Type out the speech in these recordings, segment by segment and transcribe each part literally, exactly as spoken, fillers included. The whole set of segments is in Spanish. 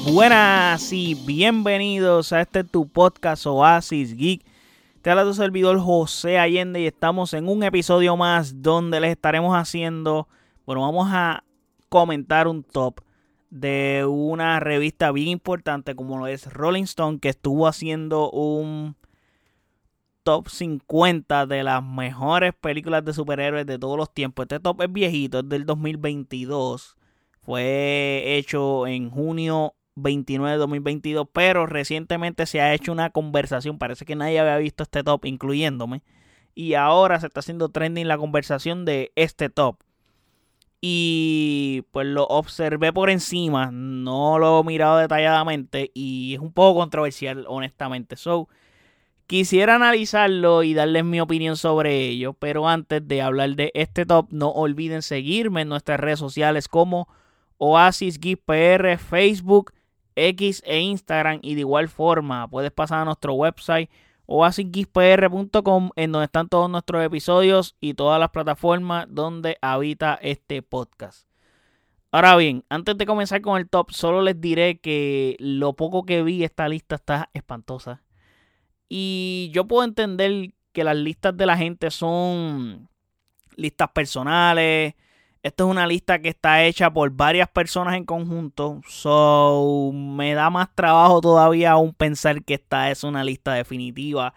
Buenas y bienvenidos a este tu podcast Oasis Geek. Te habla tu servidor José Allende y estamos en un episodio más donde les estaremos haciendo, bueno, vamos a comentar un top de una revista bien importante como lo es Rolling Stone, que estuvo haciendo un top cincuenta de las mejores películas de superhéroes de todos los tiempos. Este top es viejito, es del dos mil veintidós. Fue hecho en junio veintinueve de dos mil veintidós, pero recientemente se ha hecho una conversación. Parece que nadie había visto este top, incluyéndome. Y ahora se está haciendo trending la conversación de este top. Y pues lo observé por encima, no lo he mirado detalladamente y es un poco controversial, honestamente. So, quisiera analizarlo y darles mi opinión sobre ello, pero antes de hablar de este top, no olviden seguirme en nuestras redes sociales como Oasis Geek P R, Facebook, X e Instagram. Y de igual forma, puedes pasar a nuestro website oasis geek p r punto com, en donde están todos nuestros episodios y todas las plataformas donde habita este podcast. Ahora bien, antes de comenzar con el top, solo les diré que lo poco que vi, esta lista está espantosa. Y yo puedo entender que las listas de la gente son listas personales. Esto es una lista que está hecha por varias personas en conjunto. So, me da más trabajo todavía aún pensar que esta es una lista definitiva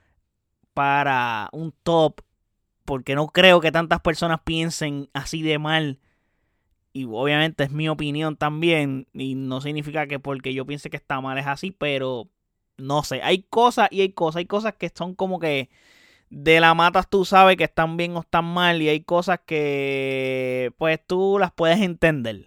para un top. Porque no creo que tantas personas piensen así de mal. Y obviamente es mi opinión también. Y no significa que porque yo piense que está mal es así. Pero no sé, hay cosas y hay cosas. Hay cosas que son como que de la matas tú sabes que están bien o están mal, y hay cosas que pues tú las puedes entender.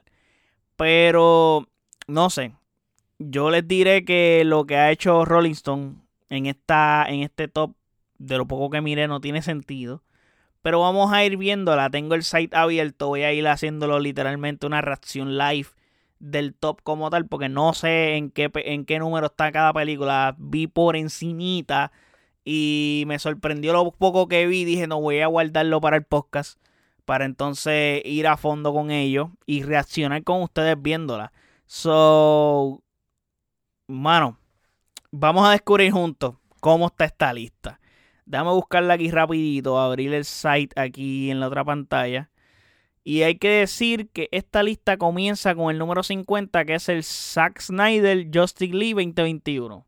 Pero no sé, yo les diré que lo que ha hecho Rolling Stone en, esta, en este top, de lo poco que miré, no tiene sentido. Pero vamos a ir viéndola. Tengo el site abierto, voy a ir haciéndolo literalmente una reacción live del top como tal, porque no sé en qué, en qué número está cada película. Vi por encimita y me sorprendió lo poco que vi. Dije, no, voy a guardarlo para el podcast, para entonces ir a fondo con ello y reaccionar con ustedes viéndola. So, mano, vamos a descubrir juntos cómo está esta lista. Déjame buscarla aquí rapidito, abrir el site aquí en la otra pantalla. Y hay que decir que esta lista comienza con el número cincuenta, que es el Zack Snyder Justice League veinte veintiuno.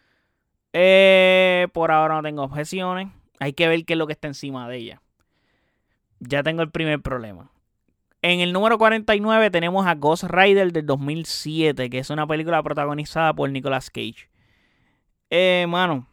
Eh, por ahora no tengo objeciones. Hay que ver qué es lo que está encima de ella. Ya tengo el primer problema. En el número cuarenta y nueve tenemos a Ghost Rider del dos mil siete, que es una película protagonizada por Nicolas Cage. Eh, mano,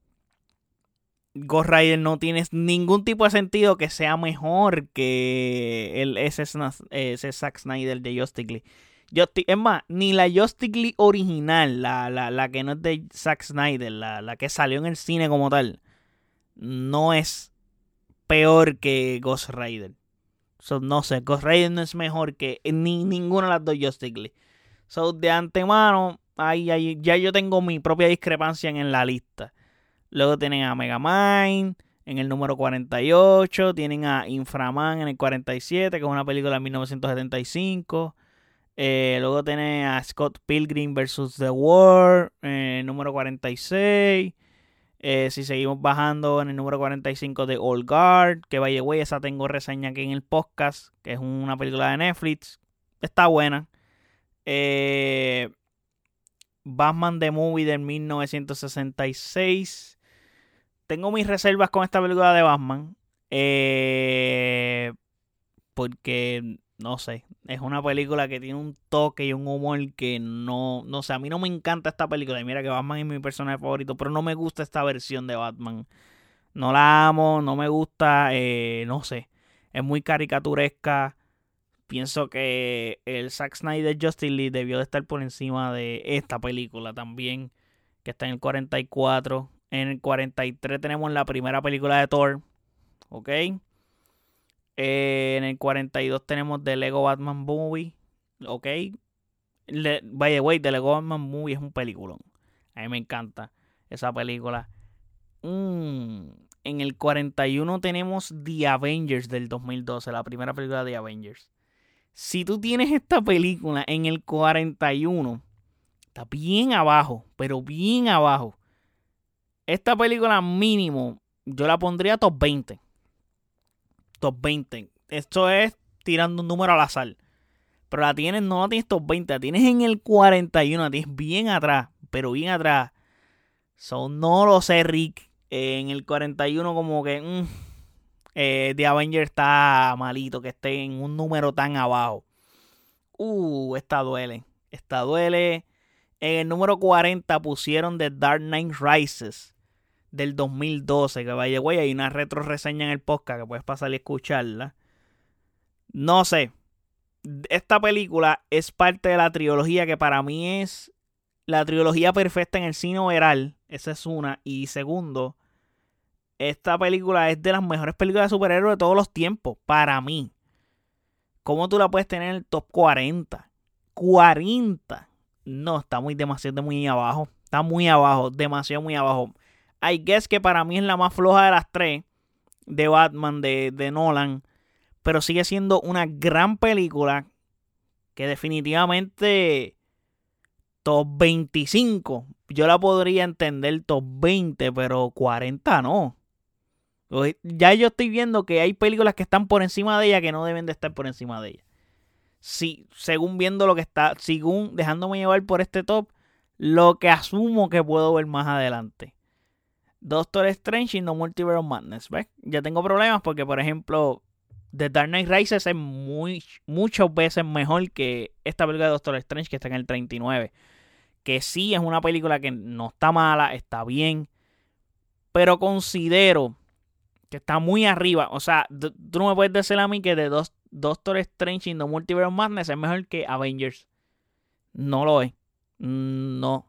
Ghost Rider no tiene ningún tipo de sentido que sea mejor que el, ese, ese Zack Snyder de Justice League. Justice, es más, ni la Justice League original, la, la, la que no es de Zack Snyder, la, la que salió en el cine como tal, no es peor que Ghost Rider. So, no sé, Ghost Rider no es mejor que ni ninguna de las dos Justice League. So, de antemano, ahí, ahí, ya yo tengo mi propia discrepancia en, en la lista. Luego tienen a Megamind en el número cuarenta y ocho. Tienen a Inframan en el cuarenta y siete, que es una película de mil novecientos setenta y cinco. Eh, luego tiene a Scott Pilgrim versus The World en el número cuarenta y seis. Eh, si seguimos bajando, en el número cuarenta y cinco de Old Guard, que vaya güey, esa tengo reseña aquí en el podcast, que es una película de Netflix. Está buena. Eh, Batman The Movie del mil novecientos sesenta y seis. Tengo mis reservas con esta película de Batman. Eh, porque, no sé, es una película que tiene un toque y un humor que no, no sé, a mí no me encanta esta película. Y mira que Batman es mi personaje favorito, pero no me gusta esta versión de Batman. No la amo, no me gusta, eh, no sé, es muy caricaturesca. Pienso que el Zack Snyder Justice League debió de estar por encima de esta película también, que está en el cuarenta y cuatro. En el cuarenta y tres tenemos la primera película de Thor, ¿ok? Eh, en el cuarenta y dos tenemos The Lego Batman Movie, ¿ok? Le, by the way, The Lego Batman Movie es un peliculón. A mí me encanta esa película. Mm, en el cuarenta y uno tenemos The Avengers del dos mil doce, la primera película de The Avengers. Si tú tienes esta película en el cuarenta y uno, Está bien abajo, pero bien abajo. Esta película mínimo, yo la pondría top veinte. Top veinte. Esto es tirando un número al azar. Pero la tienes, no la tienes top veinte, la tienes en el cuarenta y uno, la tienes bien atrás, pero bien atrás. So, no lo sé, Rick. Eh, en el cuarenta y uno como que mmm, eh, The Avengers está malito que esté en un número tan abajo. Uh, esta duele. Esta duele. En el número cuarenta pusieron The Dark Knight Rises del dos mil doce. Que vaya, güey, hay una retro reseña en el podcast que puedes pasar y escucharla. No sé. Esta película es parte de la trilogía que para mí es la trilogía perfecta en el cine overall. Esa es una. Y segundo, esta película es de las mejores películas de superhéroes de todos los tiempos. Para mí. ¿Cómo tú la puedes tener en el top cuarenta? cuarenta. No, está muy demasiado muy abajo. Está muy abajo. Demasiado muy abajo. I guess que para mí es la más floja de las tres. De Batman, de, de Nolan. Pero sigue siendo una gran película. Que definitivamente top veinticinco. Yo la podría entender top veinte, pero cuarenta no. Ya yo estoy viendo que hay películas que están por encima de ella que no deben de estar por encima de ella. Sí, según viendo lo que está, según dejándome llevar por este top, lo que asumo que puedo ver más adelante. Doctor Strange in the Multiverse of Madness, ¿ves? Ya tengo problemas porque, por ejemplo, The Dark Knight Rises es muy, muchas veces mejor que esta película de Doctor Strange que está en el treinta y nueve. Que sí es una película que no está mala, está bien, pero considero que está muy arriba. O sea, tú no me puedes decir a mí que de dos, Doctor Strange in the Multiverse of Madness es mejor que Avengers. No lo es. No.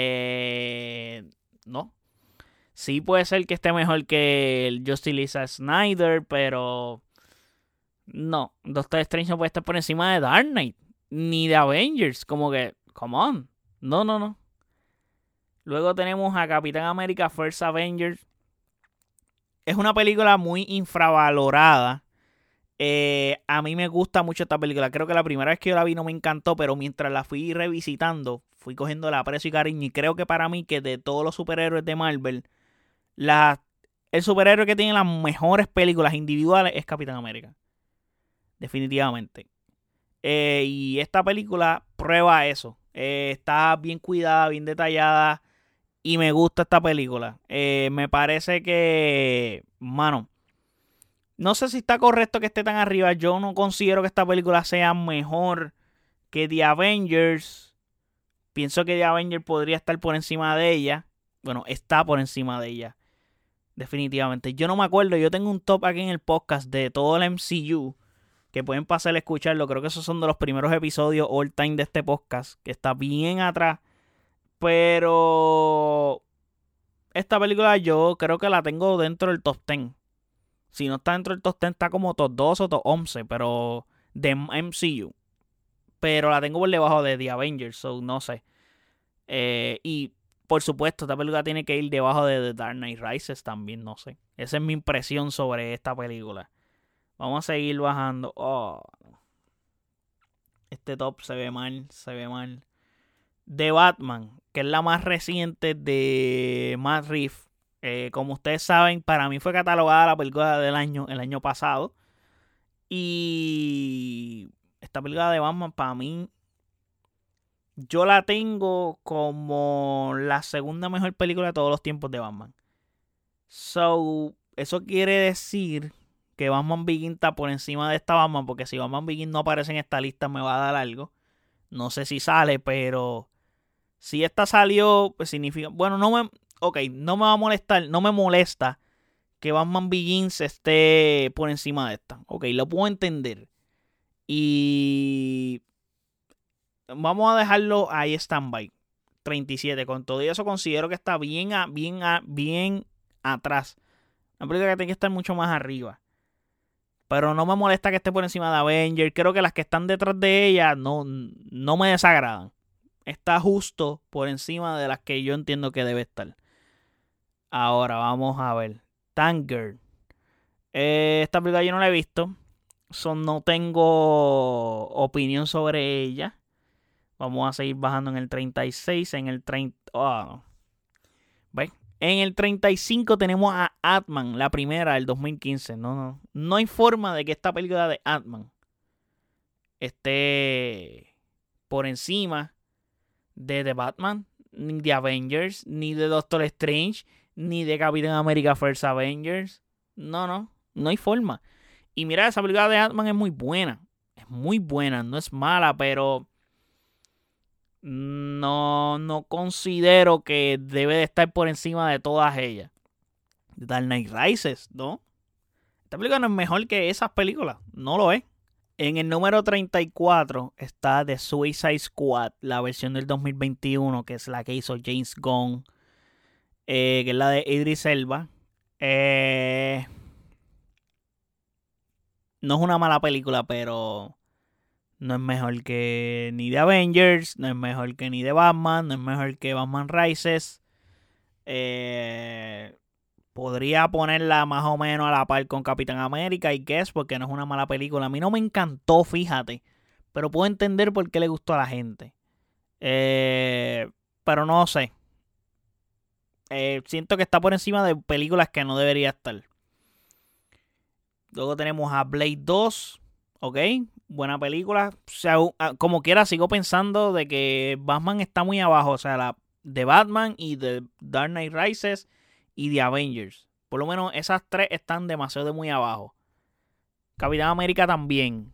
Eh, no. Sí puede ser que esté mejor que el Justice Snyder, pero no. Doctor Strange no puede estar por encima de Dark Knight. Ni de Avengers. Como que, come on. No, no, no. Luego tenemos a Capitán América First Avengers. Es una película muy infravalorada. Eh, a mí me gusta mucho esta película. Creo que la primera vez que yo la vi no me encantó, pero mientras la fui revisitando, fui cogiendo la aprecio y cariño. Y creo que para mí, que de todos los superhéroes de Marvel, la, el superhéroe que tiene las mejores películas individuales es Capitán América. Definitivamente. Eh, y esta película prueba eso. Eh, está bien cuidada, bien detallada. Y me gusta esta película. Eh, me parece que, mano, no sé si está correcto que esté tan arriba. Yo no considero que esta película sea mejor que The Avengers. Pienso que The Avengers podría estar por encima de ella. Bueno, está por encima de ella. Definitivamente. Yo no me acuerdo. Yo tengo un top aquí en el podcast de todo el M C U. Que pueden pasar a escucharlo. Creo que esos son de los primeros episodios all time de este podcast. Que está bien atrás. Pero esta película yo creo que la tengo dentro del top diez. Si no está dentro del top diez, está como top dos o top once. Pero de M C U. Pero la tengo por debajo de The Avengers. So no sé. Eh, y por supuesto, esta película tiene que ir debajo de The Dark Knight Rises también. No sé. Esa es mi impresión sobre esta película. Vamos a seguir bajando. Oh. Este top se ve mal. Se ve mal. The Batman, que es la más reciente de Matt Reeves. Eh, como ustedes saben, para mí fue catalogada la película del año, el año pasado. Y esta película de Batman, para mí, yo la tengo como la segunda mejor película de todos los tiempos de Batman. So, eso quiere decir que Batman Begins está por encima de esta Batman, porque si Batman Begins no aparece en esta lista me va a dar algo. No sé si sale, pero si esta salió, pues significa... Bueno, no me... Ok, no me va a molestar, no me molesta que Batman Begins esté por encima de esta. Ok, lo puedo entender. Y vamos a dejarlo ahí stand-by. treinta y siete. Con todo eso considero que está bien, a, bien, a, bien atrás. Una película que tiene que estar mucho más arriba. Pero no me molesta que esté por encima de Avengers. Creo que las que están detrás de ella no, no me desagradan. Está justo por encima de las que yo entiendo que debe estar. Ahora vamos a ver. Tank Girl. Eh, esta película yo no la he visto. So, no tengo opinión sobre ella. Vamos a seguir bajando en el treinta y seis, en el treinta... Oh, no. ¿Ves? En el treinta y cinco tenemos a Ant-Man, la primera del dos mil quince. No, no. No hay forma de que esta película de Ant-Man esté por encima de The Batman, ni de Avengers, ni de Doctor Strange, ni de Capitán America First Avengers. No, no. No hay forma. Y mira, esa película de Ant-Man es muy buena. Es muy buena. No es mala, pero... No, no considero que debe de estar por encima de todas ellas. Dark Knight Rises, ¿no? Esta película no es mejor que esas películas. No lo es. En el número treinta y cuatro está The Suicide Squad, la versión del dos mil veintiuno, que es la que hizo James Gunn, eh, que es la de Idris Elba. Eh, no es una mala película, pero no es mejor que ni de Avengers, no es mejor que ni de Batman, no es mejor que Batman Rises. Eh, podría ponerla más o menos a la par con Capitán América y Guess, porque no es una mala película. A mí no me encantó, fíjate, pero puedo entender por qué le gustó a la gente. Eh, pero no sé. Eh, siento que está por encima de películas que no debería estar. Luego tenemos a Blade dos, ¿ok? Buena película. O sea, como quiera, sigo pensando de que Batman está muy abajo. O sea, la de Batman y de Dark Knight Rises y de Avengers. Por lo menos esas tres están demasiado de muy abajo. Capitán América también.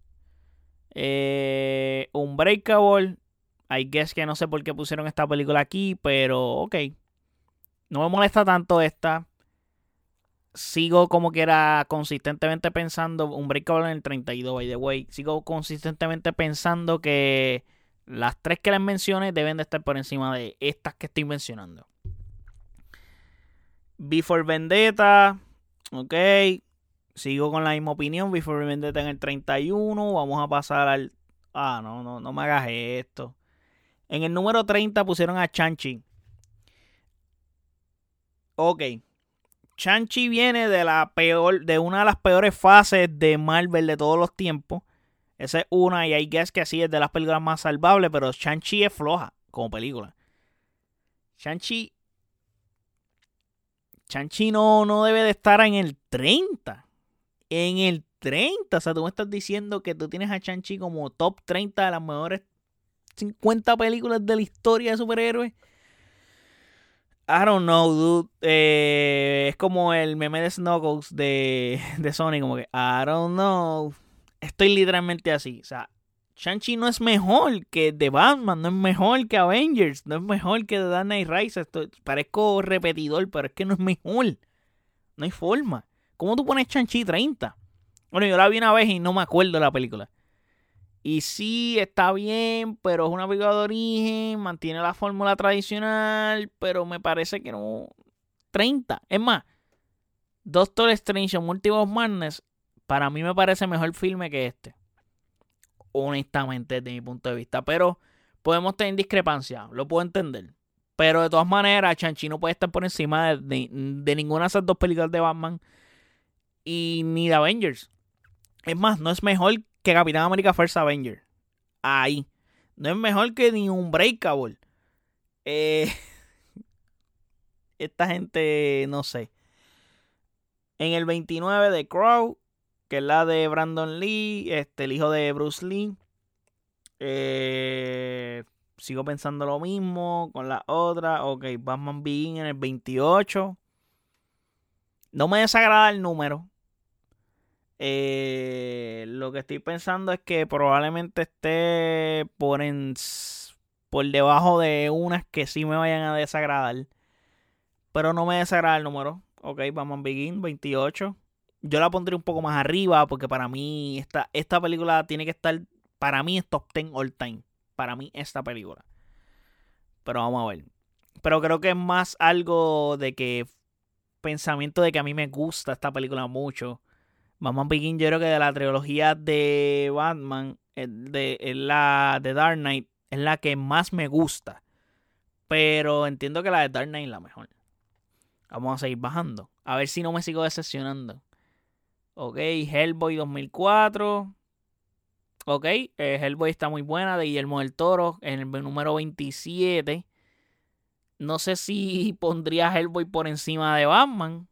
Eh, Unbreakable. I guess que no sé por qué pusieron esta película aquí, pero ok. No me molesta tanto esta. Sigo como que era consistentemente pensando, Unbreakable en el treinta y dos, by the way. Sigo consistentemente pensando que las tres que les mencioné deben de estar por encima de estas que estoy mencionando. Before Vendetta, ok. Sigo con la misma opinión. Before Vendetta en el treinta y uno. Vamos a pasar al... Ah, no, no, no me hagas esto. En el número treinta pusieron a Shang-Chi. Ok. Shang-Chi viene de la peor, de una de las peores fases de Marvel de todos los tiempos. Esa es una, y I guess que así es de las películas más salvables, pero Shang-Chi es floja como película. Shang-Chi. Shang-Chi no, no debe de estar en el treinta. En el treinta. O sea, tú me estás diciendo que tú tienes a Shang-Chi como top treinta de las mejores cincuenta películas de la historia de superhéroes. I don't know, dude. Eh, es como el meme de Snuggles de, de Sony, como que I don't know. Estoy literalmente así. O sea, Shang-Chi no es mejor que The Batman, no es mejor que Avengers, no es mejor que The Dark Knight Rises. Estoy, parezco repetidor, pero es que no es mejor. No hay forma. ¿Cómo tú pones Shang-Chi treinta? Bueno, yo la vi una vez y no me acuerdo de la película. Y sí, está bien, pero es una película de origen, mantiene la fórmula tradicional, pero me parece que no... treinta. Es más, Doctor Strange en Multiverse of Madness, para mí me parece mejor filme que este. Honestamente, desde mi punto de vista. Pero podemos tener discrepancia, lo puedo entender. Pero de todas maneras, Shang-Chi no puede estar por encima de, de, de ninguna de esas dos películas de Batman y ni de Avengers. Es más, no es mejor que Capitán América First Avenger. Ahí. No es mejor que ni Unbreakable. Eh, esta gente, no sé. En el veintinueve de Crow, que es la de Brandon Lee, este, el hijo de Bruce Lee. Eh, sigo pensando lo mismo con la otra. Ok, Batman Begins en el veintiocho. No me desagrada el número. Eh, lo que estoy pensando es que probablemente esté por, en, por debajo de unas que sí me vayan a desagradar. Pero no me desagrada el número. Ok, vamos a Begin, veintiocho. Yo la pondré un poco más arriba porque para mí esta, esta película tiene que estar... Para mí es top diez all time. Para mí esta película. Pero vamos a ver. Pero creo que es más algo de que... Pensamiento de que a mí me gusta esta película mucho. Batman Begins, yo creo que de la trilogía de Batman, de, de la de Dark Knight, es la que más me gusta. Pero entiendo que la de Dark Knight es la mejor. Vamos a seguir bajando. A ver si no me sigo decepcionando. Ok, Hellboy dos mil cuatro. Ok, eh, Hellboy está muy buena, de Guillermo del Toro, en el número veintisiete. No sé si pondría a Hellboy por encima de Batman.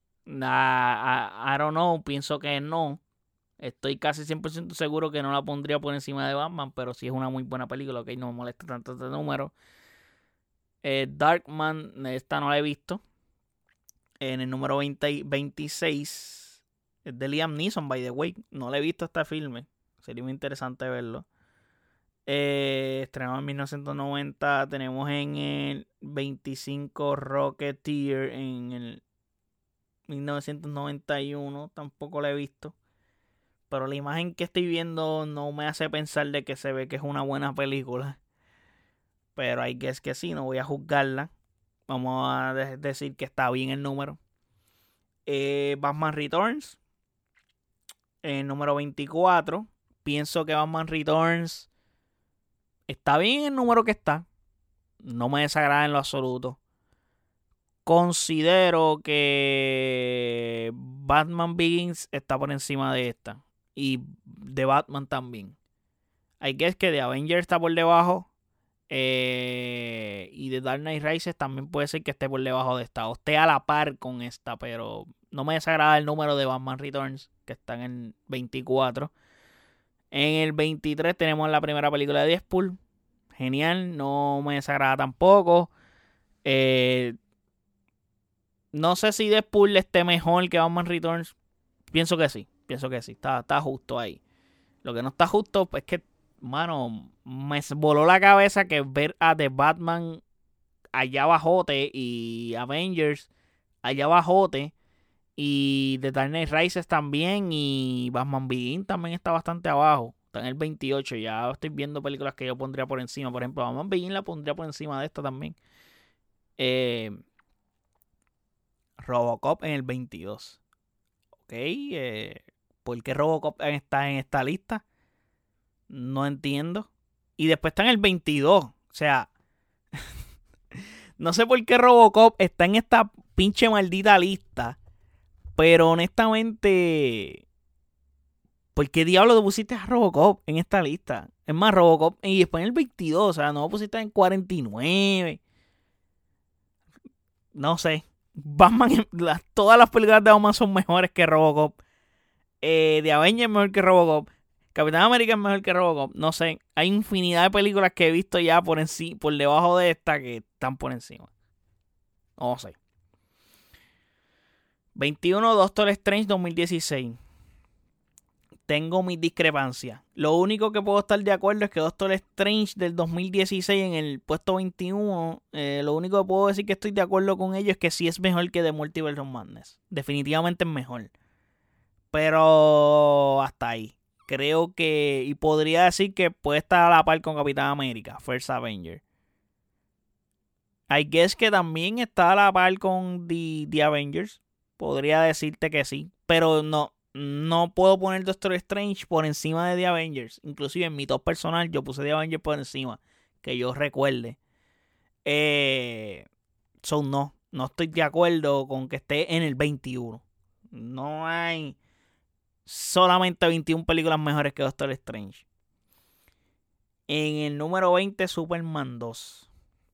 Nah, I, I don't know, pienso que no. Estoy casi cien por ciento seguro que no la pondría por encima de Batman, pero sí es una muy buena película, ok, no me molesta tanto este número. Eh, Darkman, esta no la he visto. En el número veinte, veintiséis, es de Liam Neeson, by the way. No la he visto este filme, sería muy interesante verlo. Eh, estrenado en mil novecientos noventa. Tenemos en el veinticinco Rocketeer en el mil novecientos noventa y uno. Tampoco la he visto. Pero la imagen que estoy viendo no me hace pensar de que se ve que es una buena película. Pero hay que es que sí, no voy a juzgarla. Vamos a de- decir que está bien el número. Eh, Batman Returns. El número veinticuatro. Pienso que Batman Returns está bien el número que está. No me desagrada en lo absoluto. Considero que Batman Begins está por encima de esta. Y de Batman también. Hay que es que de Avengers está por debajo. Eh, y de Dark Knight Rises también puede ser que esté por debajo de esta. O esté a la par con esta. Pero no me desagrada el número de Batman Returns, que está en el veinticuatro. En el veintitrés tenemos la primera película de Deadpool. Genial, no me desagrada tampoco. Eh, no sé si Deadpool esté mejor que Batman Returns. Pienso que sí, pienso que sí. Está, está justo ahí. Lo que no está justo es que, mano, me voló la cabeza que ver a The Batman allá abajote y Avengers allá abajote y The Dark Knight Rises también y Batman Begins también está bastante abajo. Está en el veintiocho. Ya estoy viendo películas que yo pondría por encima. Por ejemplo, Batman Begins la pondría por encima de esta también. Eh, Robocop en el veintidós. Ok, eh, ¿por qué Robocop está en esta lista? No entiendo. Y después está en el veintidós. O sea, no sé por qué Robocop está en esta pinche maldita lista. Pero honestamente, ¿por qué diablo te pusiste a Robocop en esta lista? Es más, Robocop y después en el veintidós. O sea, no pusiste en cuarenta y nueve. No sé. Batman, las, todas las películas de Batman son mejores que Robocop. Eh, de Avengers es mejor que Robocop. Capitán América es mejor que Robocop. No sé. Hay infinidad de películas que he visto ya por, enci- por debajo de esta que están por encima. No sé. veintiuno Doctor Strange dos mil dieciséis. Tengo mis discrepancias. Lo único que puedo estar de acuerdo es que Doctor Strange del dos mil dieciséis en el puesto veintiuno, eh, lo único que puedo decir que estoy de acuerdo con ello es que sí es mejor que The Multiverse of Madness. Definitivamente es mejor. Pero hasta ahí. Creo que, y podría decir que puede estar a la par con Capitán América, First Avenger. I guess que también está a la par con The, The Avengers. Podría decirte que sí. Pero no, no puedo poner Doctor Strange por encima de The Avengers. Inclusive en mi top personal yo puse The Avengers por encima. Que yo recuerde. Eh, so no, no estoy de acuerdo con que esté en el veintiuno. No hay solamente veintiuna películas mejores que Doctor Strange. En el número veinte, Superman dos.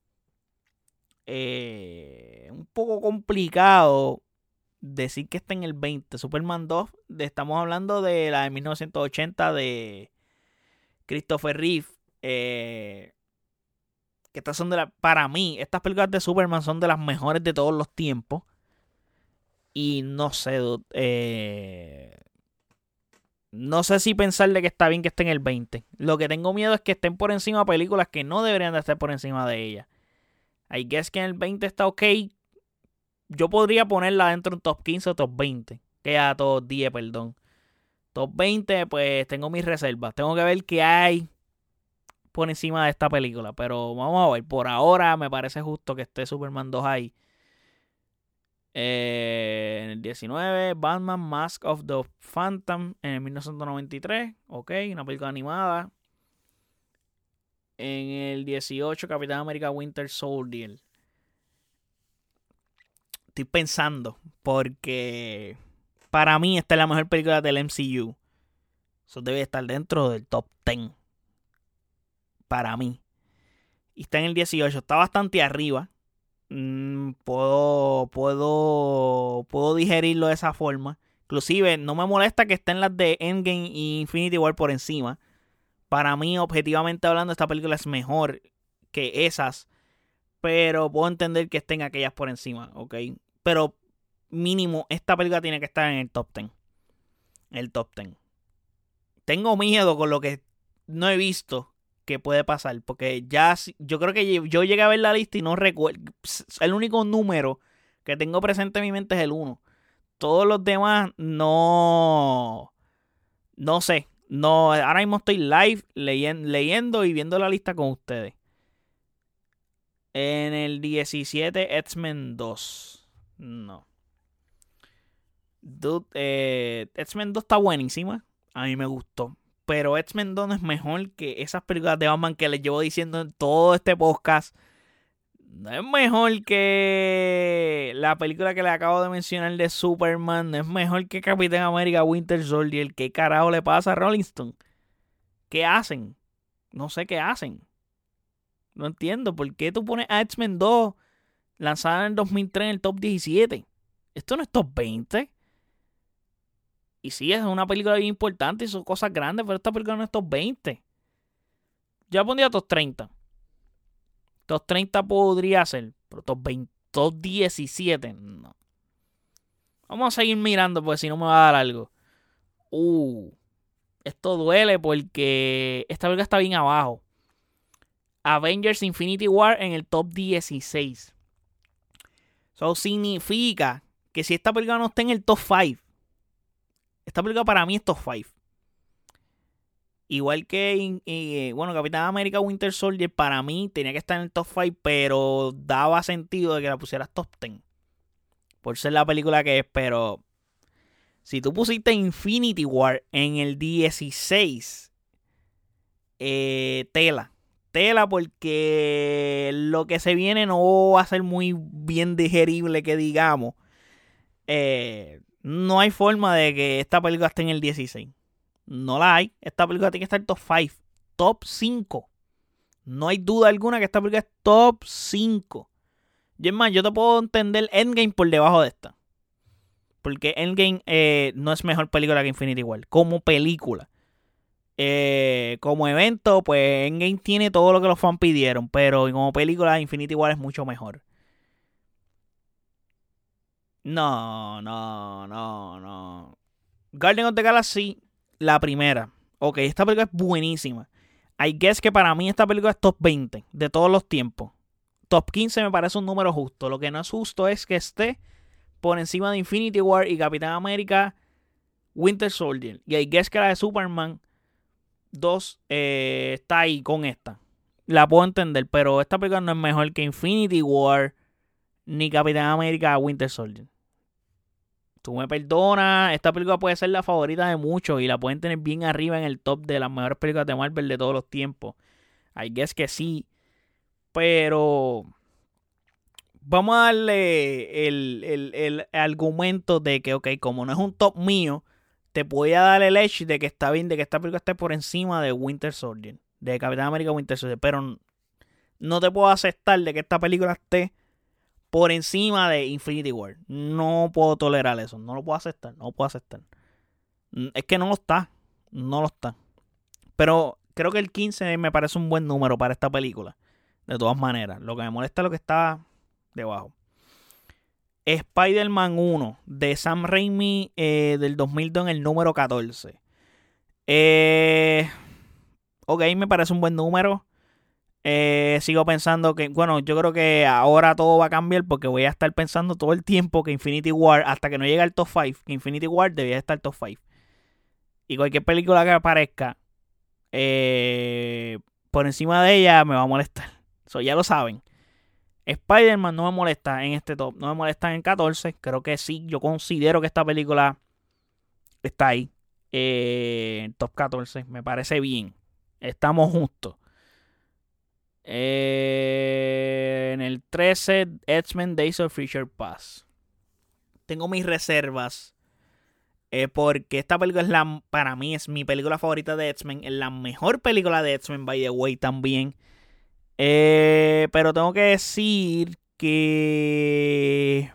Eh, un poco complicado decir que está en el veinte. Superman dos, de, estamos hablando de la de mil novecientos ochenta de Christopher Reeve. Eh, que estas son de las, para mí, estas películas de Superman son de las mejores de todos los tiempos. Y no sé, eh, no sé si pensarle que está bien que esté en el veinte. Lo que tengo miedo es que estén por encima de películas que no deberían de estar por encima de ellas. I guess que en el veinte está ok. Yo podría ponerla dentro de un top quince o top veinte. Que a top diez, perdón. Top veinte, pues tengo mis reservas. Tengo que ver qué hay por encima de esta película. Pero vamos a ver. Por ahora me parece justo que esté Superman dos ahí. Eh, en el diecinueve, Batman Mask of the Phantom. En el mil novecientos noventa y tres. Ok, una película animada. En el dieciocho, Capitán América Winter Soldier. Estoy pensando. Porque para mí esta es la mejor película del M C U. Eso debe estar dentro del top diez. Para mí. Y está en el dieciocho. Está bastante arriba. Mm, puedo, puedo, puedo digerirlo de esa forma. Inclusive no me molesta que estén las de Endgame y Infinity War por encima. Para mí, objetivamente hablando, esta película es mejor que esas. Pero puedo entender que estén aquellas por encima, ¿ok? Pero mínimo, esta película tiene que estar en el top diez. El top diez. Tengo miedo con lo que no he visto que puede pasar. Porque ya, yo creo que yo llegué a ver la lista y no recuerdo. El único número que tengo presente en mi mente es el uno. Todos los demás no... No sé. No, ahora mismo estoy live leyendo, leyendo y viendo la lista con ustedes. En el diecisiete, X-Men dos. No. Dude, eh, X-Men dos está buenísima. A mí me gustó. Pero X-Men dos no es mejor que esas películas de Batman que les llevo diciendo en todo este podcast. No es mejor que la película que le acabo de mencionar de Superman. No es mejor que Capitán América Winter Soldier. ¿Qué carajo le pasa a Rolling Stone? ¿Qué hacen? No sé qué hacen. No entiendo. ¿Por qué tú pones a X-Men dos lanzada en el dos mil tres en el top diecisiete? Esto no es top veinte. Y sí, es una película bien importante y son cosas grandes, pero esta película no es top veinte. Yo pondría top treinta. Top treinta podría ser, pero top veinte, top diecisiete, no. Vamos a seguir mirando porque si no me va a dar algo. Uh, esto duele porque esta película está bien abajo. Avengers Infinity War en el top dieciséis. Eso significa que si esta película no está en el top cinco, esta película para mí es top cinco. Igual que, eh, bueno, Capitán América Winter Soldier para mí tenía que estar en el top cinco, pero daba sentido de que la pusieras top diez. Por ser la película que es, pero si tú pusiste Infinity War en el dieciséis, eh, tela. Tela porque lo que se viene no va a ser muy bien digerible, que digamos. Eh, no hay forma de que esta película esté en el dieciséis. No la hay. Esta película tiene que estar top cinco. Top cinco. No hay duda alguna que esta película es top cinco. Y es más, yo te puedo entender Endgame por debajo de esta. Porque Endgame eh, no es mejor película que Infinity War. Como película. Eh, como evento, pues Endgame tiene todo lo que los fans pidieron. Pero como película, Infinity War es mucho mejor. No, no, no, no. Guardians of the Galaxy, la primera. Ok, esta película es buenísima. I guess que para mí esta película es top veinte de todos los tiempos. Top quince me parece un número justo. Lo que no es justo es que esté por encima de Infinity War y Capitán América Winter Soldier. Y I guess que la de Superman dos eh, está ahí con esta. La puedo entender, pero esta película no es mejor que Infinity War ni Capitán América Winter Soldier. Tú me perdonas, esta película puede ser la favorita de muchos y la pueden tener bien arriba en el top de las mejores películas de Marvel de todos los tiempos. I guess que sí. Pero vamos a darle el, el, el argumento de que, ok, como no es un top mío, te voy a dar el edge de que está bien, de que esta película esté por encima de Winter Soldier, de Capitán América Winter Soldier. Pero no te puedo aceptar de que esta película esté por encima de Infinity War. No puedo tolerar eso. No lo puedo aceptar. No lo puedo aceptar. Es que no lo está. No lo está. Pero creo que el quince me parece un buen número para esta película. De todas maneras. Lo que me molesta es lo que está debajo. Spider-Man uno de Sam Raimi eh, del dos mil dos en el número catorce. Eh, ok, me parece un buen número. Eh, sigo pensando que, bueno, yo creo que ahora todo va a cambiar porque voy a estar pensando todo el tiempo que Infinity War, hasta que no llegue al top cinco, que Infinity War debía estar top cinco. Y cualquier película que aparezca eh, por encima de ella me va a molestar. Eso ya lo saben. Spider-Man no me molesta en este top, no me molesta en catorce. Creo que sí, yo considero que esta película está ahí. Eh, top catorce, me parece bien. Estamos justos. Eh, en el trece, X-Men Days of Future Past. Tengo mis reservas Eh, porque esta película es la, para mí es mi película favorita de X-Men. Es la mejor película de X-Men, by the way, también. Eh, pero tengo que decir que...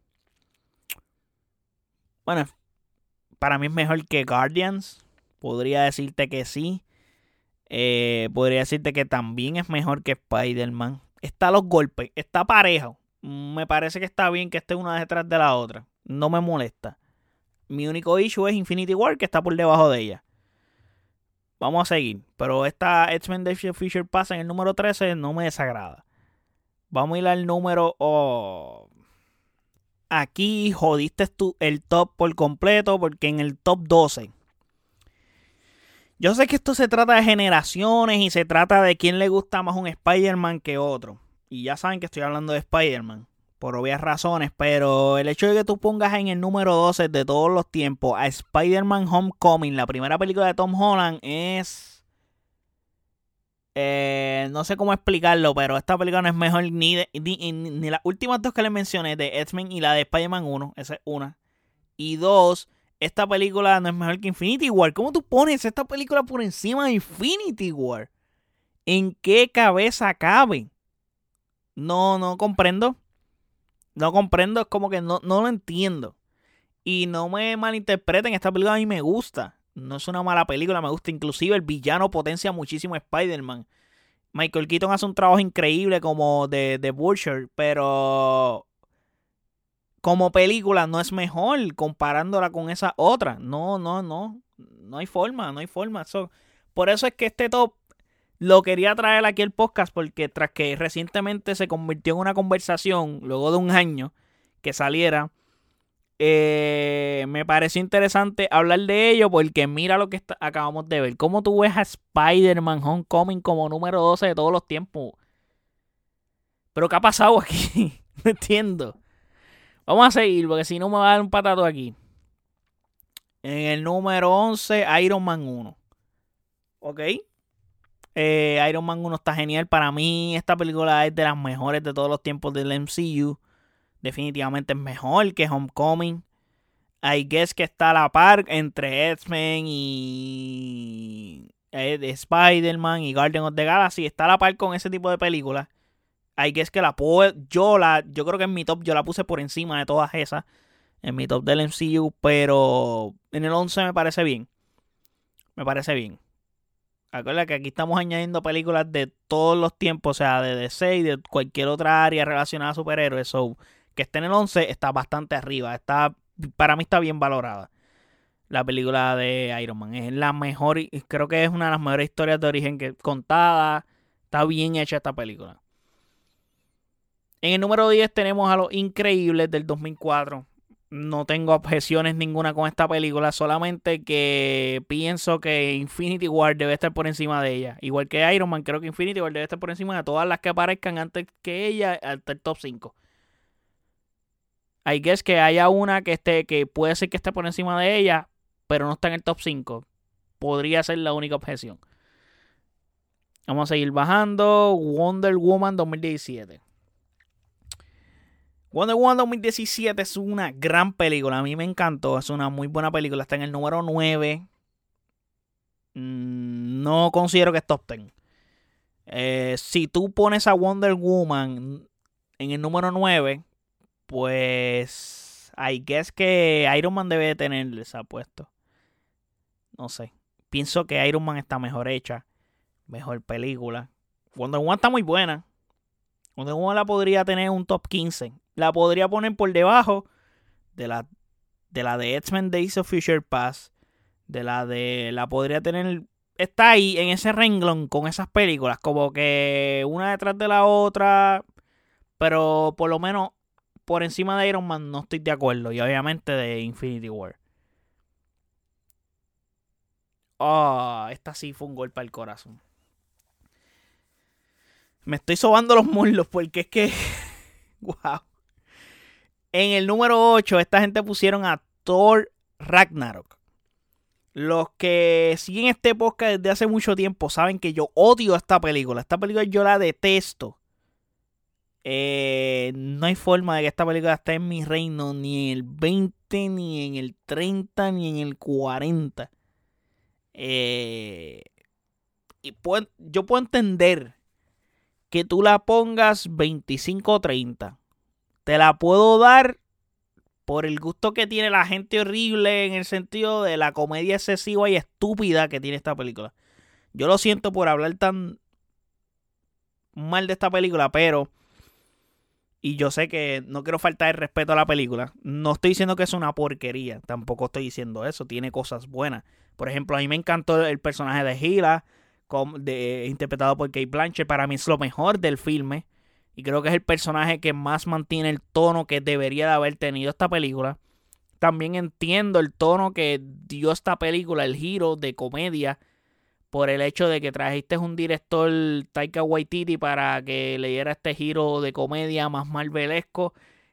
Bueno, para mí es mejor que Guardians. Podría decirte que sí. Eh, podría decirte que también es mejor que Spider-Man. Está a los golpes, está parejo. Me parece que está bien que esté una detrás de la otra. No me molesta. Mi único issue es Infinity War, que está por debajo de ella. Vamos a seguir. Pero esta X-Men Days of Future Past en el número trece no me desagrada. Vamos a ir al número... Oh. Aquí jodiste tú el top por completo, porque en el top doce... Yo sé que esto se trata de generaciones y se trata de quién le gusta más un Spider-Man que otro. Y ya saben que estoy hablando de Spider-Man, por obvias razones, pero el hecho de que tú pongas en el número doce de todos los tiempos a Spider-Man Homecoming, la primera película de Tom Holland, es... Eh, no sé cómo explicarlo, pero esta película no es mejor ni, de, ni, ni las últimas dos que les mencioné, de X-Men y la de Spider-Man uno, esa es una. Y dos... Esta película no es mejor que Infinity War. ¿Cómo tú pones esta película por encima de Infinity War? ¿En qué cabeza cabe? No, no comprendo. No comprendo. Es como que no, no lo entiendo. Y no me malinterpreten. Esta película a mí me gusta. No es una mala película. Me gusta. Inclusive el villano potencia muchísimo a Spider-Man. Michael Keaton hace un trabajo increíble como de, de Butcher. Pero... como película no es mejor comparándola con esa otra. No, no, no. No hay forma, no hay forma. So, por eso es que este top lo quería traer aquí al podcast, porque tras que recientemente se convirtió en una conversación, luego de un año que saliera, eh, me pareció interesante hablar de ello, porque mira lo que está, acabamos de ver. ¿Cómo tú ves a Spider-Man Homecoming como número doce de todos los tiempos? ¿Pero qué ha pasado aquí? No entiendo. Vamos a seguir, porque si no me va a dar un patato aquí. En el número once, Iron Man uno. Ok. Eh, Iron Man uno está genial. Para mí, esta película es de las mejores de todos los tiempos del M C U. Definitivamente es mejor que Homecoming. I guess que está a la par entre X-Men y eh, Spider-Man y Guardians of the Galaxy. Está a la par con ese tipo de películas. I guess que la puedo, yo la, yo creo que en mi top yo la puse por encima de todas esas, en mi top del M C U, pero en el once me parece bien, me parece bien. Acuérdate que aquí estamos añadiendo películas de todos los tiempos, o sea, de D C y de cualquier otra área relacionada a superhéroes, so, que esté en el once está bastante arriba, está, para mí está bien valorada. La película de Iron Man es la mejor, creo que es una de las mejores historias de origen que contada, está bien hecha esta película. En el número diez tenemos a Los Increíbles del dos mil cuatro. No tengo objeciones ninguna con esta película, solamente que pienso que Infinity War debe estar por encima de ella. Igual que Iron Man, creo que Infinity War debe estar por encima de todas las que aparezcan antes que ella, hasta el top cinco. I guess que haya una que esté, que puede ser que esté por encima de ella, pero no está en el top cinco. Podría ser la única objeción. Vamos a seguir bajando. Wonder Woman dos mil diecisiete. Wonder Woman dos mil diecisiete es una gran película. A mí me encantó. Es una muy buena película. Está en el número nueve. No considero que es top diez. Eh, si tú pones a Wonder Woman en el número nueve, pues I guess que Iron Man debe de tener ese puesto. No sé. Pienso que Iron Man está mejor hecha. Mejor película. Wonder Woman está muy buena. Wonder Woman la podría tener un top quince. La podría poner por debajo de la de la de X-Men Days of Future Past. De la de... La podría tener... Está ahí en ese renglón con esas películas. Como que una detrás de la otra. Pero por lo menos por encima de Iron Man no estoy de acuerdo. Y obviamente de Infinity War. Oh, esta sí fue un golpe al corazón. Me estoy sobando los muslos porque es que... wow. En el número ocho, esta gente pusieron a Thor Ragnarok. Los que siguen este podcast desde hace mucho tiempo saben que yo odio esta película. Esta película yo la detesto. Eh, no hay forma de que esta película esté en mi reino ni en el veinte, ni en el treinta, ni en el cuarenta. Eh, y puedo, yo puedo entender que tú la pongas veinticinco o treinta. Te la puedo dar por el gusto que tiene la gente horrible en el sentido de la comedia excesiva y estúpida que tiene esta película. Yo lo siento por hablar tan mal de esta película, pero... Y yo sé que no quiero faltar el respeto a la película. No estoy diciendo que es una porquería. Tampoco estoy diciendo eso. Tiene cosas buenas. Por ejemplo, a mí me encantó el personaje de Gila, de, interpretado por Cate Blanchett. Para mí es lo mejor del filme. Y creo que es el personaje que más mantiene el tono que debería de haber tenido esta película. También entiendo el tono que dio esta película, el giro de comedia, por el hecho de que trajiste un director, Taika Waititi, para que le diera este giro de comedia más marvelesco.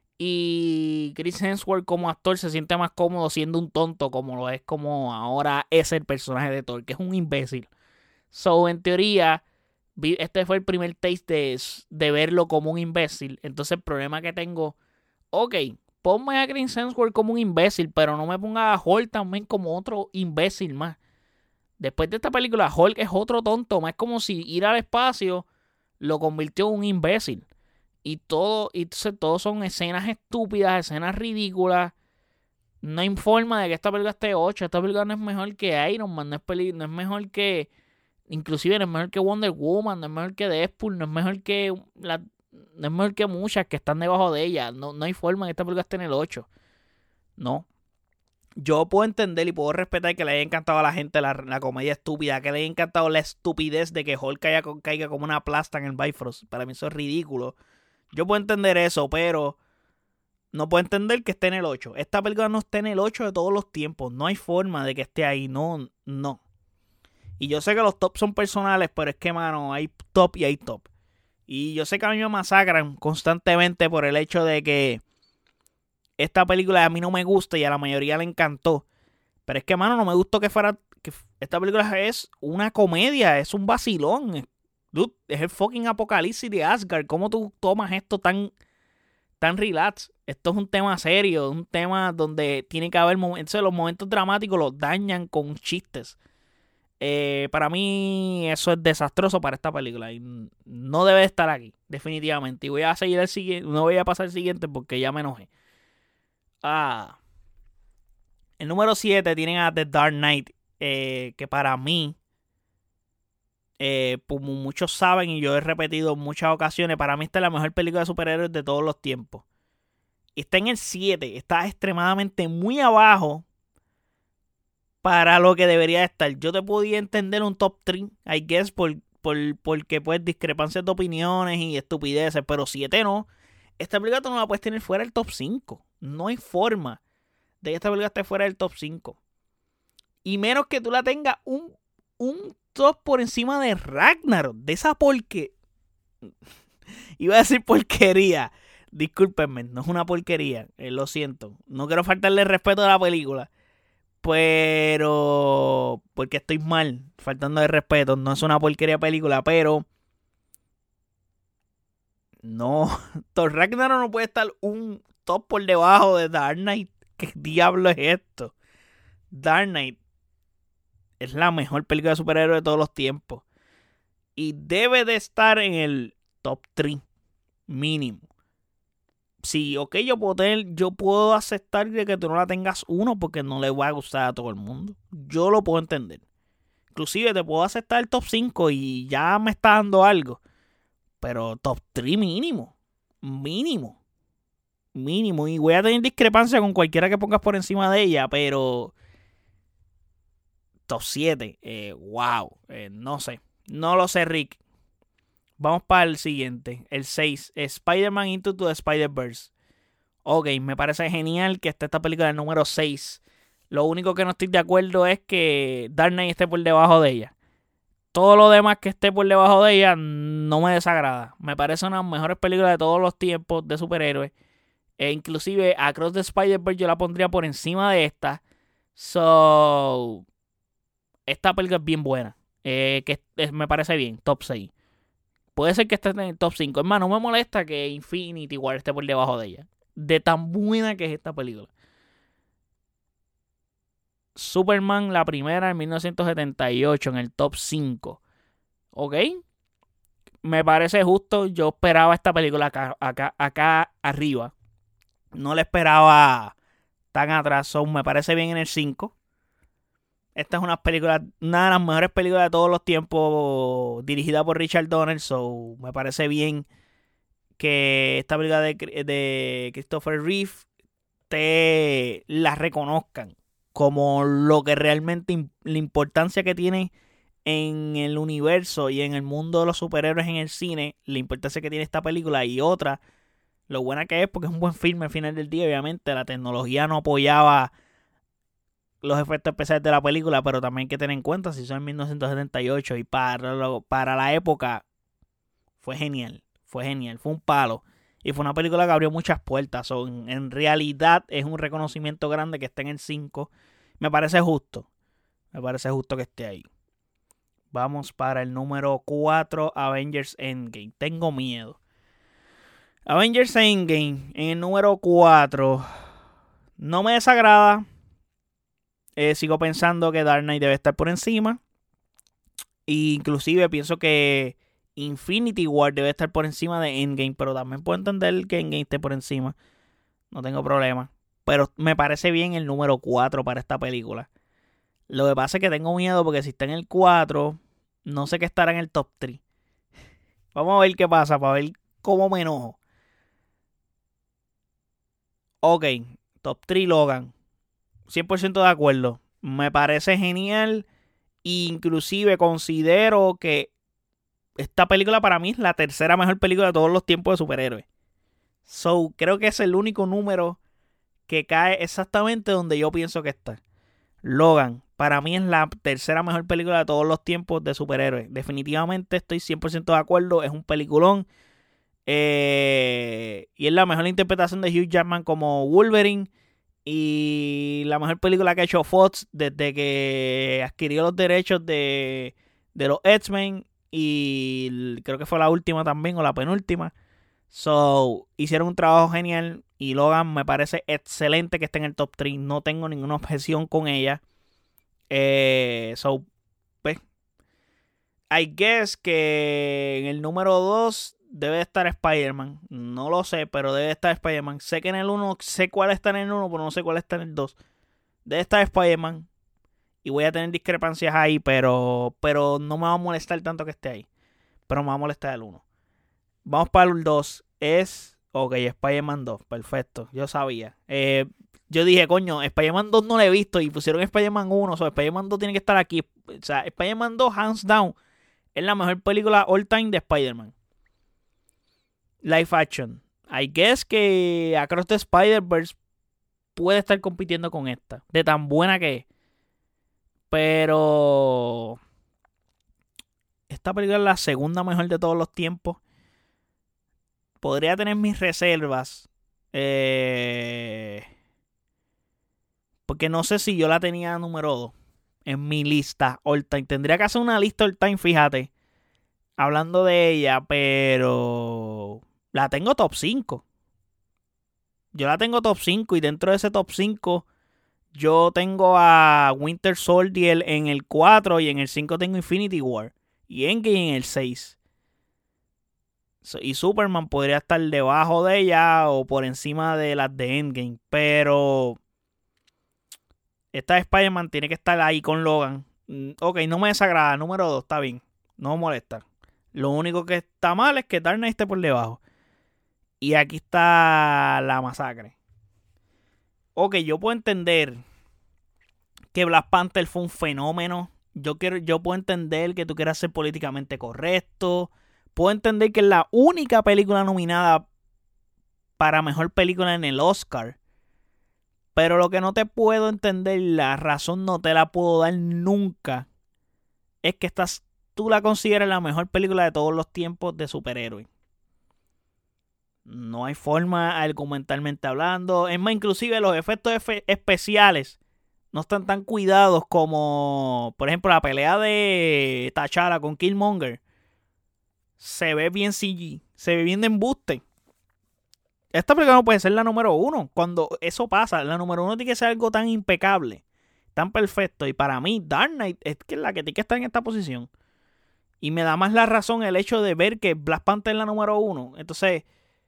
Y Chris Hemsworth como actor se siente más cómodo siendo un tonto, como lo es como ahora es el personaje de Thor, que es un imbécil. So, en teoría, este fue el primer taste de, de verlo como un imbécil. Entonces el problema que tengo, ok, ponme a Chris Hemsworth como un imbécil, pero no me ponga a Hulk también como otro imbécil más. Después de esta película, Hulk es otro tonto. Más como si ir al espacio lo convirtió en un imbécil. Y todo, y entonces todo son escenas estúpidas, escenas ridículas. No hay forma de que esta película esté ocho. Esta película no es mejor que Iron Man. No es, peli- no es mejor que... Inclusive no es mejor que Wonder Woman. No es mejor que Deadpool. No es mejor que... La, no es mejor que muchas que están debajo de ella. No, no hay forma de que esta película esté en el ocho. No. Yo puedo entender y puedo respetar que le haya encantado a la gente la, la comedia estúpida, que le haya encantado la estupidez de que Hulk caiga, caiga como una plasta en el Bifrost. Para mí eso es ridículo. Yo puedo entender eso, pero no puedo entender que esté en el ocho. Esta película no está en el ocho de todos los tiempos. No hay forma de que esté ahí. No, no. Y yo sé que los tops son personales, pero es que, mano, hay top y hay top. Y yo sé que a mí me masacran constantemente por el hecho de que esta película a mí no me gusta y a la mayoría le encantó. Pero es que, mano, no me gustó que fuera... Que esta película es una comedia, es un vacilón. Dude, es el fucking apocalipsis de Asgard. ¿Cómo tú tomas esto tan, tan relax? Esto es un tema serio, un tema donde tiene que haber momentos... Los momentos dramáticos los dañan con chistes. Eh, para mí eso es desastroso para esta película. Y no debe estar aquí, definitivamente. Y voy a seguir el siguiente... No voy a pasar al siguiente porque ya me enojé. Ah, el número siete tienen a The Dark Knight, eh, que para mí, eh, como muchos saben y yo he repetido en muchas ocasiones, para mí esta es la mejor película de superhéroes de todos los tiempos. Está en el siete, está extremadamente muy abajo para lo que debería estar. Yo te podía entender un top tres, I guess, por, por, porque pues discrepancias de opiniones y estupideces, pero siete no. Esta película tú no la puedes tener fuera del top cinco. No hay forma de que esta película esté fuera del top cinco. Y menos que tú la tengas un, un top por encima de Ragnarok. De esa porque... Iba a decir porquería. Discúlpenme, no es una porquería. Eh, lo siento. No quiero faltarle el respeto a la película. Pero... Porque estoy mal. Faltando de respeto. No es una porquería película. Pero... No. Thor Ragnarok no puede estar un top por debajo de Dark Knight. ¿Qué diablo es esto? Dark Knight es la mejor película de superhéroes de todos los tiempos. Y debe de estar en el top tres. Mínimo. Sí, ok, yo puedo tener, yo puedo aceptar de que tú no la tengas uno porque no le va a gustar a todo el mundo. Yo lo puedo entender. Inclusive te puedo aceptar el top cinco y ya me está dando algo. Pero top tres mínimo. Mínimo. Mínimo. Y voy a tener discrepancia con cualquiera que pongas por encima de ella, pero... Top siete. Eh, wow. Eh, no sé. No lo sé, Rick. Vamos para el siguiente. El seis. Spider-Man Into the Spider-Verse. Ok, me parece genial que esté esta película en el número seis. Lo único que no estoy de acuerdo es que Dark Knight esté por debajo de ella. Todo lo demás que esté por debajo de ella no me desagrada. Me parece una de las mejores películas de todos los tiempos de superhéroes. E inclusive Across the Spider-Verse yo la pondría por encima de esta. So... Esta película es bien buena. Eh, que es, me parece bien. Top seis. Puede ser que esté en el top cinco. Es más, no me molesta que Infinity War esté por debajo de ella. De tan buena que es esta película. Superman, la primera en mil novecientos setenta y ocho, en el top cinco. ¿Ok? Me parece justo. Yo esperaba esta película acá, acá, acá arriba. No la esperaba tan atrás. So, me parece bien en el cinco. Esta es una película, una de las mejores películas de todos los tiempos, dirigida por Richard Donner. So, me parece bien que esta película de, de Christopher Reeve te la reconozcan como lo que realmente, la importancia que tiene en el universo y en el mundo de los superhéroes en el cine, la importancia que tiene esta película. Y otra, lo buena que es, porque es un buen filme al final del día. Obviamente la tecnología no apoyaba los efectos especiales de la película, pero también hay que tener en cuenta si son en mil novecientos setenta y ocho y para, lo, para la época fue genial, fue genial, fue un palo. Y fue una película que abrió muchas puertas. So, en, en realidad es un reconocimiento grande que esté en el cinco. Me parece justo. Me parece justo que esté ahí. Vamos para el número cuatro, Avengers Endgame. Tengo miedo. Avengers Endgame en el número cuatro. No me desagrada. Eh, sigo pensando que Dark Knight debe estar por encima. E inclusive pienso que Infinity War debe estar por encima de Endgame. Pero también puedo entender que Endgame esté por encima. No tengo problema. Pero me parece bien el número cuatro para esta película. Lo que pasa es que tengo miedo porque si está en el cuatro, no sé qué estará en el top tres. Vamos a ver qué pasa para ver cómo me enojo. Ok, top tres Logan. cien por ciento de acuerdo. Me parece genial. Inclusive considero que esta película para mí es la tercera mejor película de todos los tiempos de superhéroes. So, creo que es el único número que cae exactamente donde yo pienso que está. Logan, para mí es la tercera mejor película de todos los tiempos de superhéroes. Definitivamente estoy cien por ciento de acuerdo. Es un peliculón. Eh, y es la mejor interpretación de Hugh Jackman como Wolverine. Y la mejor película que ha hecho Fox desde que adquirió los derechos de, de los X-Men. Y creo que fue la última también, o la penúltima. So, hicieron un trabajo genial. Y Logan me parece excelente que esté en el top tres. No tengo ninguna objeción con ella. Eh, so, pues, I guess que en el número dos debe estar Spider-Man. No lo sé, pero debe estar Spider-Man. Sé que en el uno, sé cuál está en el uno, pero no sé cuál está en el dos. Debe estar Spider-Man. Y voy a tener discrepancias ahí, pero, pero no me va a molestar tanto que esté ahí. Pero me va a molestar el uno. Vamos para el dos. Es, ok, Spider-Man dos. Perfecto, yo sabía. Eh, yo dije, coño, Spider-Man dos no lo he visto y pusieron Spider-Man uno. O sea, Spider-Man dos tiene que estar aquí. O sea, Spider-Man dos, hands down, es la mejor película all time de Spider-Man. Live action. I guess que Across the Spider-Verse puede estar compitiendo con esta. De tan buena que es. Pero esta película es la segunda mejor de todos los tiempos. Podría tener mis reservas. Eh, porque no sé si yo la tenía número dos en mi lista all time. Tendría que hacer una lista all time, fíjate. Hablando de ella, pero la tengo top cinco. Yo la tengo top cinco y dentro de ese top cinco yo tengo a Winter Soldier en el cuatro y en el cinco tengo Infinity War y Endgame en el seis. Y Superman podría estar debajo de ella o por encima de las de Endgame, pero esta de Spider-Man tiene que estar ahí con Logan. Ok, no me desagrada, número dos, está bien, no me molesta. Lo único que está mal es que Dark Knight esté por debajo. Y aquí está la masacre. Ok, yo puedo entender que Black Panther fue un fenómeno. Yo, quiero, yo puedo entender que tú quieras ser políticamente correcto. Puedo entender que es la única película nominada para mejor película en el Oscar. Pero lo que no te puedo entender, la razón no te la puedo dar nunca, es que estás, tú la consideras la mejor película de todos los tiempos de superhéroes. No hay forma argumentalmente hablando. Es más, inclusive los efectos efe- especiales no están tan cuidados como, por ejemplo, la pelea de T'Challa con Killmonger. O se ve bien C G, se ve bien de embuste. Esta película no puede ser la número uno. Cuando eso pasa, la número uno tiene que ser algo tan impecable, tan perfecto. Y para mí, Dark Knight es que la que tiene que estar en esta posición. Y me da más la razón el hecho de ver que Black Panther es la número uno. Entonces,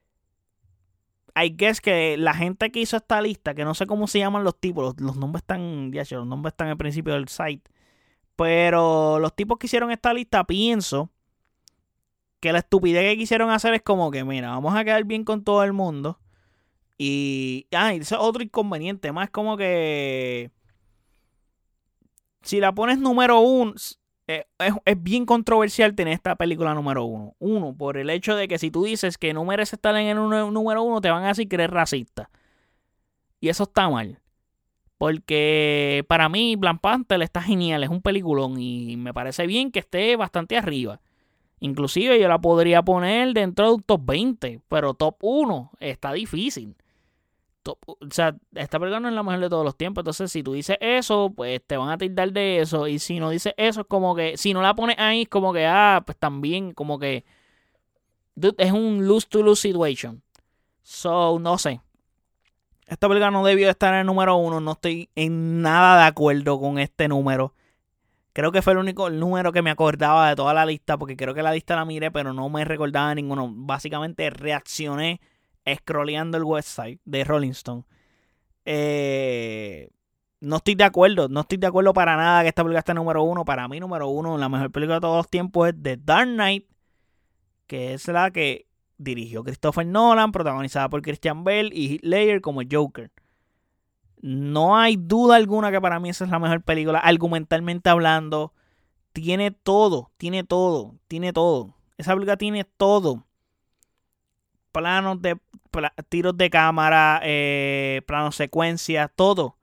I guess que la gente que hizo esta lista, que no sé cómo se llaman los tipos, los, los nombres están, ya, los nombres están al principio del site. Pero los tipos que hicieron esta lista, pienso que la estupidez que quisieron hacer es como que, mira, vamos a quedar bien con todo el mundo. Y, ah, y eso es otro inconveniente, más como que si la pones número uno, eh, es, es bien controversial tener esta película número uno. Uno, por el hecho de que si tú dices que no merece estar en el uno, número uno, te van a decir que eres racista. Y eso está mal. Porque para mí Black Panther está genial, es un peliculón y me parece bien que esté bastante arriba. Inclusive yo la podría poner dentro de un top veinte, pero top uno está difícil. Top, o sea, esta película no es la mejor de todos los tiempos. Entonces, si tú dices eso, pues te van a tildar de eso. Y si no dices eso, es como que, si no la pones ahí, es como que, ah, pues también, como que, dude, es un lose-to-lose situation. So, no sé. Esta película no debió estar en el número uno. No estoy en nada de acuerdo con este número. Creo que fue el único número que me acordaba de toda la lista, porque creo que la lista la miré, pero no me recordaba ninguno. Básicamente reaccioné scrolleando el website de Rolling Stone. Eh, no estoy de acuerdo, no estoy de acuerdo para nada que esta película esté número uno. Para mí, número uno, la mejor película de todos los tiempos es The Dark Knight, que es la que dirigió Christopher Nolan, protagonizada por Christian Bale y Heath Ledger como Joker. No hay duda alguna que para mí esa es la mejor película, argumentalmente hablando. Tiene todo, tiene todo, tiene todo. Esa película tiene todo. Planos de, pla, tiros de cámara, eh, planos secuencias, todo.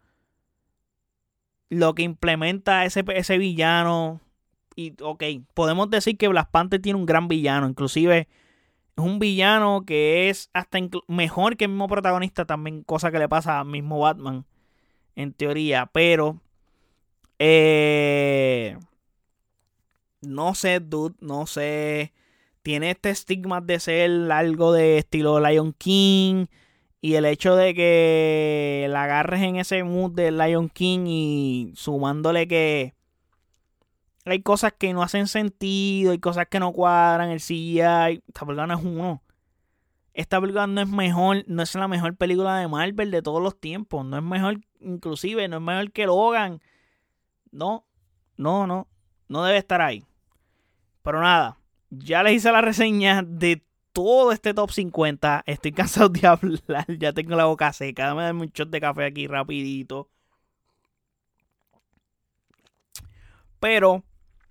Lo que implementa ese, ese villano. Y, ok, podemos decir que Black Panther tiene un gran villano. Inclusive es un villano que es hasta mejor que el mismo protagonista también, cosa que le pasa al mismo Batman, en teoría. Pero, eh, no sé, dude, no sé. Tiene este estigma de ser algo de estilo Lion King. Y el hecho de que la agarres en ese mood de Lion King y sumándole que hay cosas que no hacen sentido, hay cosas que no cuadran, el C G I. Esta película no es uno. Esta película no es mejor, no es la mejor película de Marvel de todos los tiempos. No es mejor, inclusive, no es mejor que Logan. No, no, no. No debe estar ahí. Pero nada, ya les hice la reseña de todo este top cincuenta. Estoy cansado de hablar, ya tengo la boca seca. Dame darme un shot de café aquí rapidito. Pero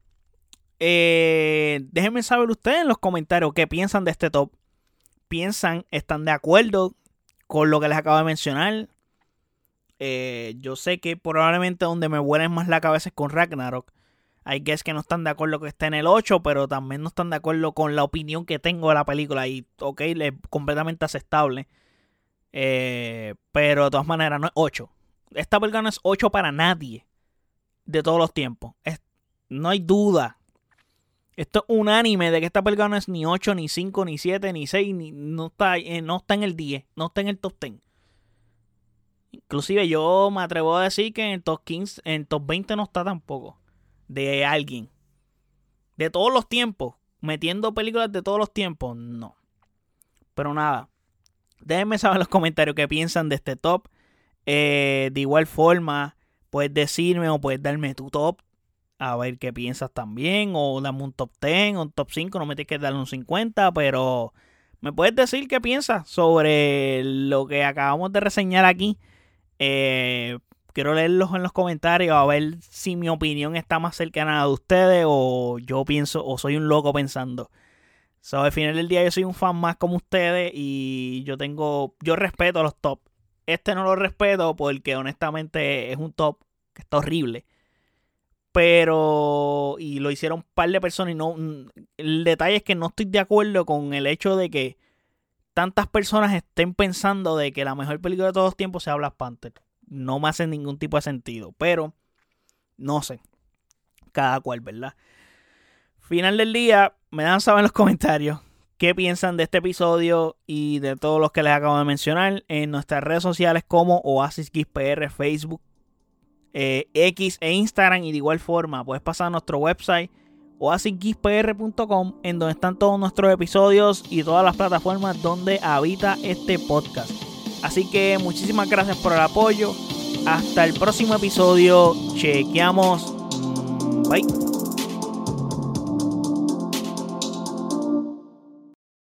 eh, déjenme saber ustedes en los comentarios qué piensan de este top. ¿Piensan, están de acuerdo con lo que les acabo de mencionar? Eh, yo sé que probablemente donde me vuelen más la cabeza es con Ragnarok. Hay guess que no están de acuerdo que esté en el ocho, pero también no están de acuerdo con la opinión que tengo de la película. Y ok, es completamente aceptable. Eh, pero de todas maneras no es ocho. Esta película no es ocho para nadie de todos los tiempos. Es, no hay duda. Esto es unánime de que esta película no es ni ocho, ni cinco, ni siete, ni seis. Ni, no, está, eh, no está en el diez. No está en el top diez. Inclusive yo me atrevo a decir que en el top quince, en el top veinte no está tampoco. De alguien. De todos los tiempos. Metiendo películas de todos los tiempos. No. Pero nada. Déjenme saber en los comentarios qué piensan de este top. Eh, de igual forma, puedes decirme o puedes darme tu top. A ver qué piensas también. O dame un top diez o un top cinco. No me tienes que darle un cincuenta. Pero me puedes decir qué piensas sobre lo que acabamos de reseñar aquí. Eh, quiero leerlos en los comentarios a ver si mi opinión está más cercana a de ustedes o yo pienso o soy un loco pensando. So, al final del día yo soy un fan más como ustedes y yo tengo, yo respeto los top. Este no lo respeto porque honestamente es un top que está horrible. Pero, y lo hicieron un par de personas y no, el detalle es que no estoy de acuerdo con el hecho de que tantas personas estén pensando de que la mejor película de todos los tiempos sea Black Panther. No me hace ningún tipo de sentido. Pero, no sé. Cada cual, ¿verdad? Final del día, me dejan saber en los comentarios qué piensan de este episodio y de todos los que les acabo de mencionar en nuestras redes sociales como Oasis Geeks P R, Facebook, eh, X e Instagram. Y de igual forma puedes pasar a nuestro website oasis geeks p r punto com, en donde están todos nuestros episodios y todas las plataformas donde habita este podcast. Así que muchísimas gracias por el apoyo. Hasta el próximo episodio. Chequeamos. Bye.